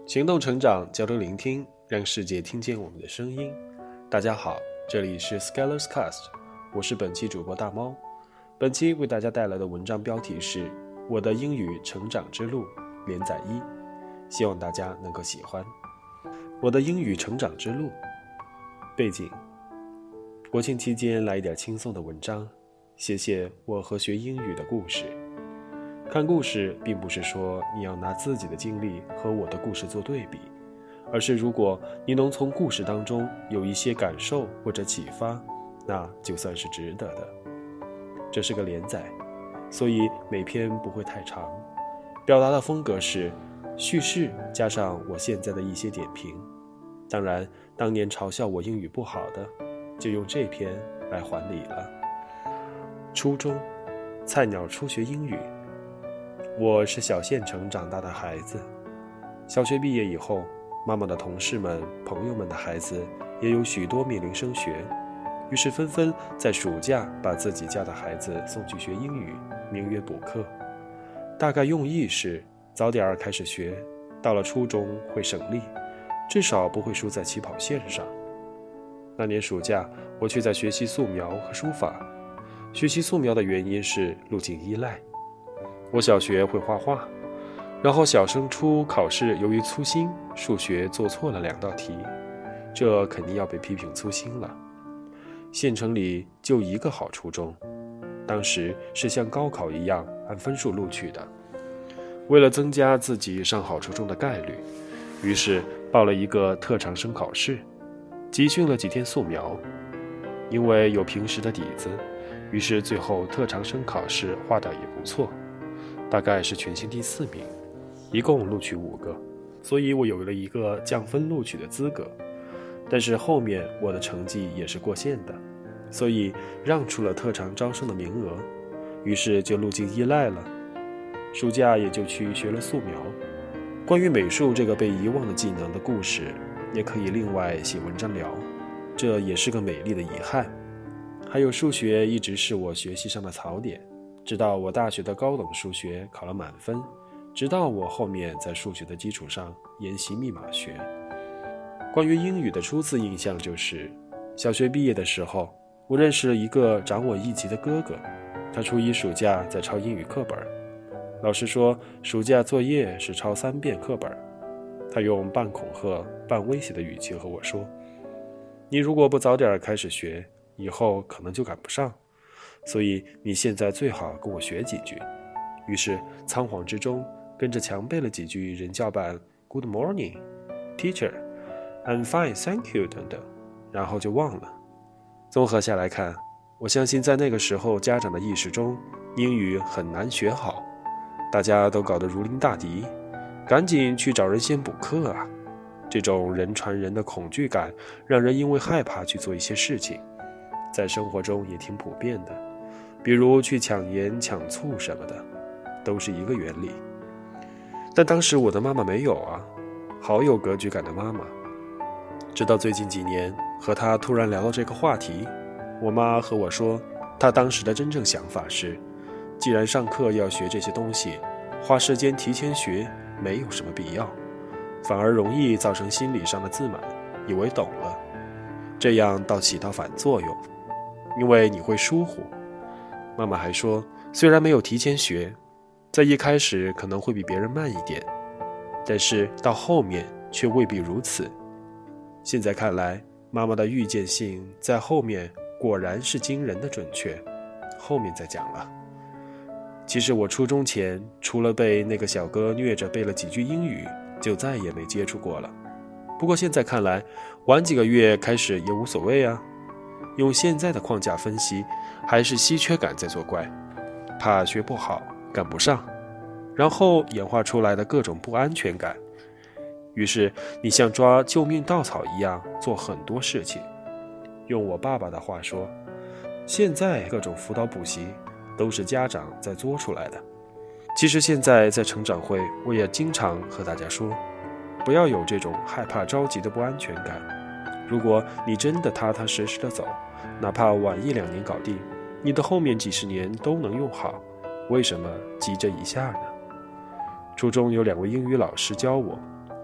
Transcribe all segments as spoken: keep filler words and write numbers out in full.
行动成长，交流聆听，让世界听见我们的声音。大家好，这里是 Scholars Cast， 我是本期主播大猫。本期为大家带来的文章标题是我的英语成长之路连载一，希望大家能够喜欢。我的英语成长之路背景，国庆期间来一点轻松的文章，写写我和学英语的故事。看故事并不是说你要拿自己的经历和我的故事做对比，而是如果你能从故事当中有一些感受或者启发，那就算是值得的。这是个连载，所以每篇不会太长，表达的风格是叙事加上我现在的一些点评。当然，当年嘲笑我英语不好的，就用这篇来还礼了。初中，菜鸟初学英语。我是小县城长大的孩子，小学毕业以后，妈妈的同事们、朋友们的孩子也有许多面临升学，于是纷纷在暑假把自己家的孩子送去学英语，名曰补课。大概用意是早点开始学，到了初中会省力，至少不会输在起跑线上。那年暑假，我却在学习素描和书法。学习素描的原因是路径依赖。我小学会画画，然后小升初考试由于粗心，数学做错了两道题，这肯定要被批评粗心了。县城里就一个好初中，当时是像高考一样按分数录取的。为了增加自己上好初中的概率，于是报了一个特长生考试，集训了几天素描。因为有平时的底子，于是最后特长生考试画得也不错，大概是全县第四名，一共录取五个，所以我有了一个降分录取的资格。但是后面我的成绩也是过线的，所以让出了特长招生的名额，于是就路径依赖了。暑假也就去学了素描。关于美术这个被遗忘的技能的故事，也可以另外写文章聊，这也是个美丽的遗憾。还有数学一直是我学习上的槽点，直到我大学的高等数学考了满分，直到我后面在数学的基础上研习密码学。关于英语的初次印象就是小学毕业的时候，我认识了一个长我一级的哥哥，他初一暑假在抄英语课本，老师说暑假作业是抄三遍课本。他用半恐吓半威胁的语气和我说，你如果不早点开始学，以后可能就赶不上，所以你现在最好跟我学几句。于是仓皇之中跟着强背了几句人教版 Good morning teacher I'm fine thank you 等等，然后就忘了。综合下来看，我相信在那个时候家长的意识中，英语很难学好，大家都搞得如临大敌，赶紧去找人先补课啊。这种人传人的恐惧感让人因为害怕去做一些事情，在生活中也挺普遍的，比如去抢盐抢醋什么的，都是一个原理。但当时我的妈妈没有啊，好有格局感的妈妈。直到最近几年和她突然聊到这个话题，我妈和我说，她当时的真正想法是，既然上课要学这些东西，花时间提前学没有什么必要，反而容易造成心理上的自满，以为懂了，这样倒起到反作用，因为你会疏忽。妈妈还说，虽然没有提前学，在一开始可能会比别人慢一点，但是到后面却未必如此。现在看来，妈妈的预见性在后面果然是惊人的准确，后面再讲了。其实我初中前除了被那个小哥虐着背了几句英语，就再也没接触过了。不过现在看来，晚几个月开始也无所谓啊。用现在的框架分析，还是稀缺感在作怪，怕学不好赶不上，然后演化出来的各种不安全感。于是你像抓救命稻草一样做很多事情。用我爸爸的话说，现在各种辅导补习都是家长在做出来的。其实现在在成长会，我也经常和大家说，不要有这种害怕着急的不安全感。如果你真的踏踏实实的走，哪怕晚一两年搞定，你的后面几十年都能用好，为什么急着一下呢？初中有两位英语老师教我，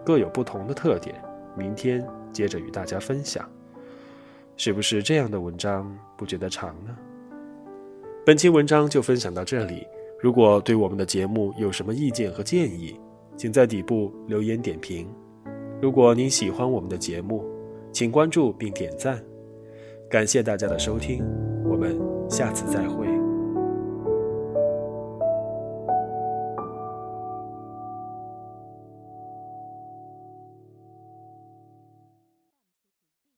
各有不同的特点，明天接着与大家分享。是不是这样的文章不觉得长呢？本期文章就分享到这里，如果对我们的节目有什么意见和建议，请在底部留言点评。如果您喜欢我们的节目，请关注并点赞。感谢大家的收听，我们下次再会。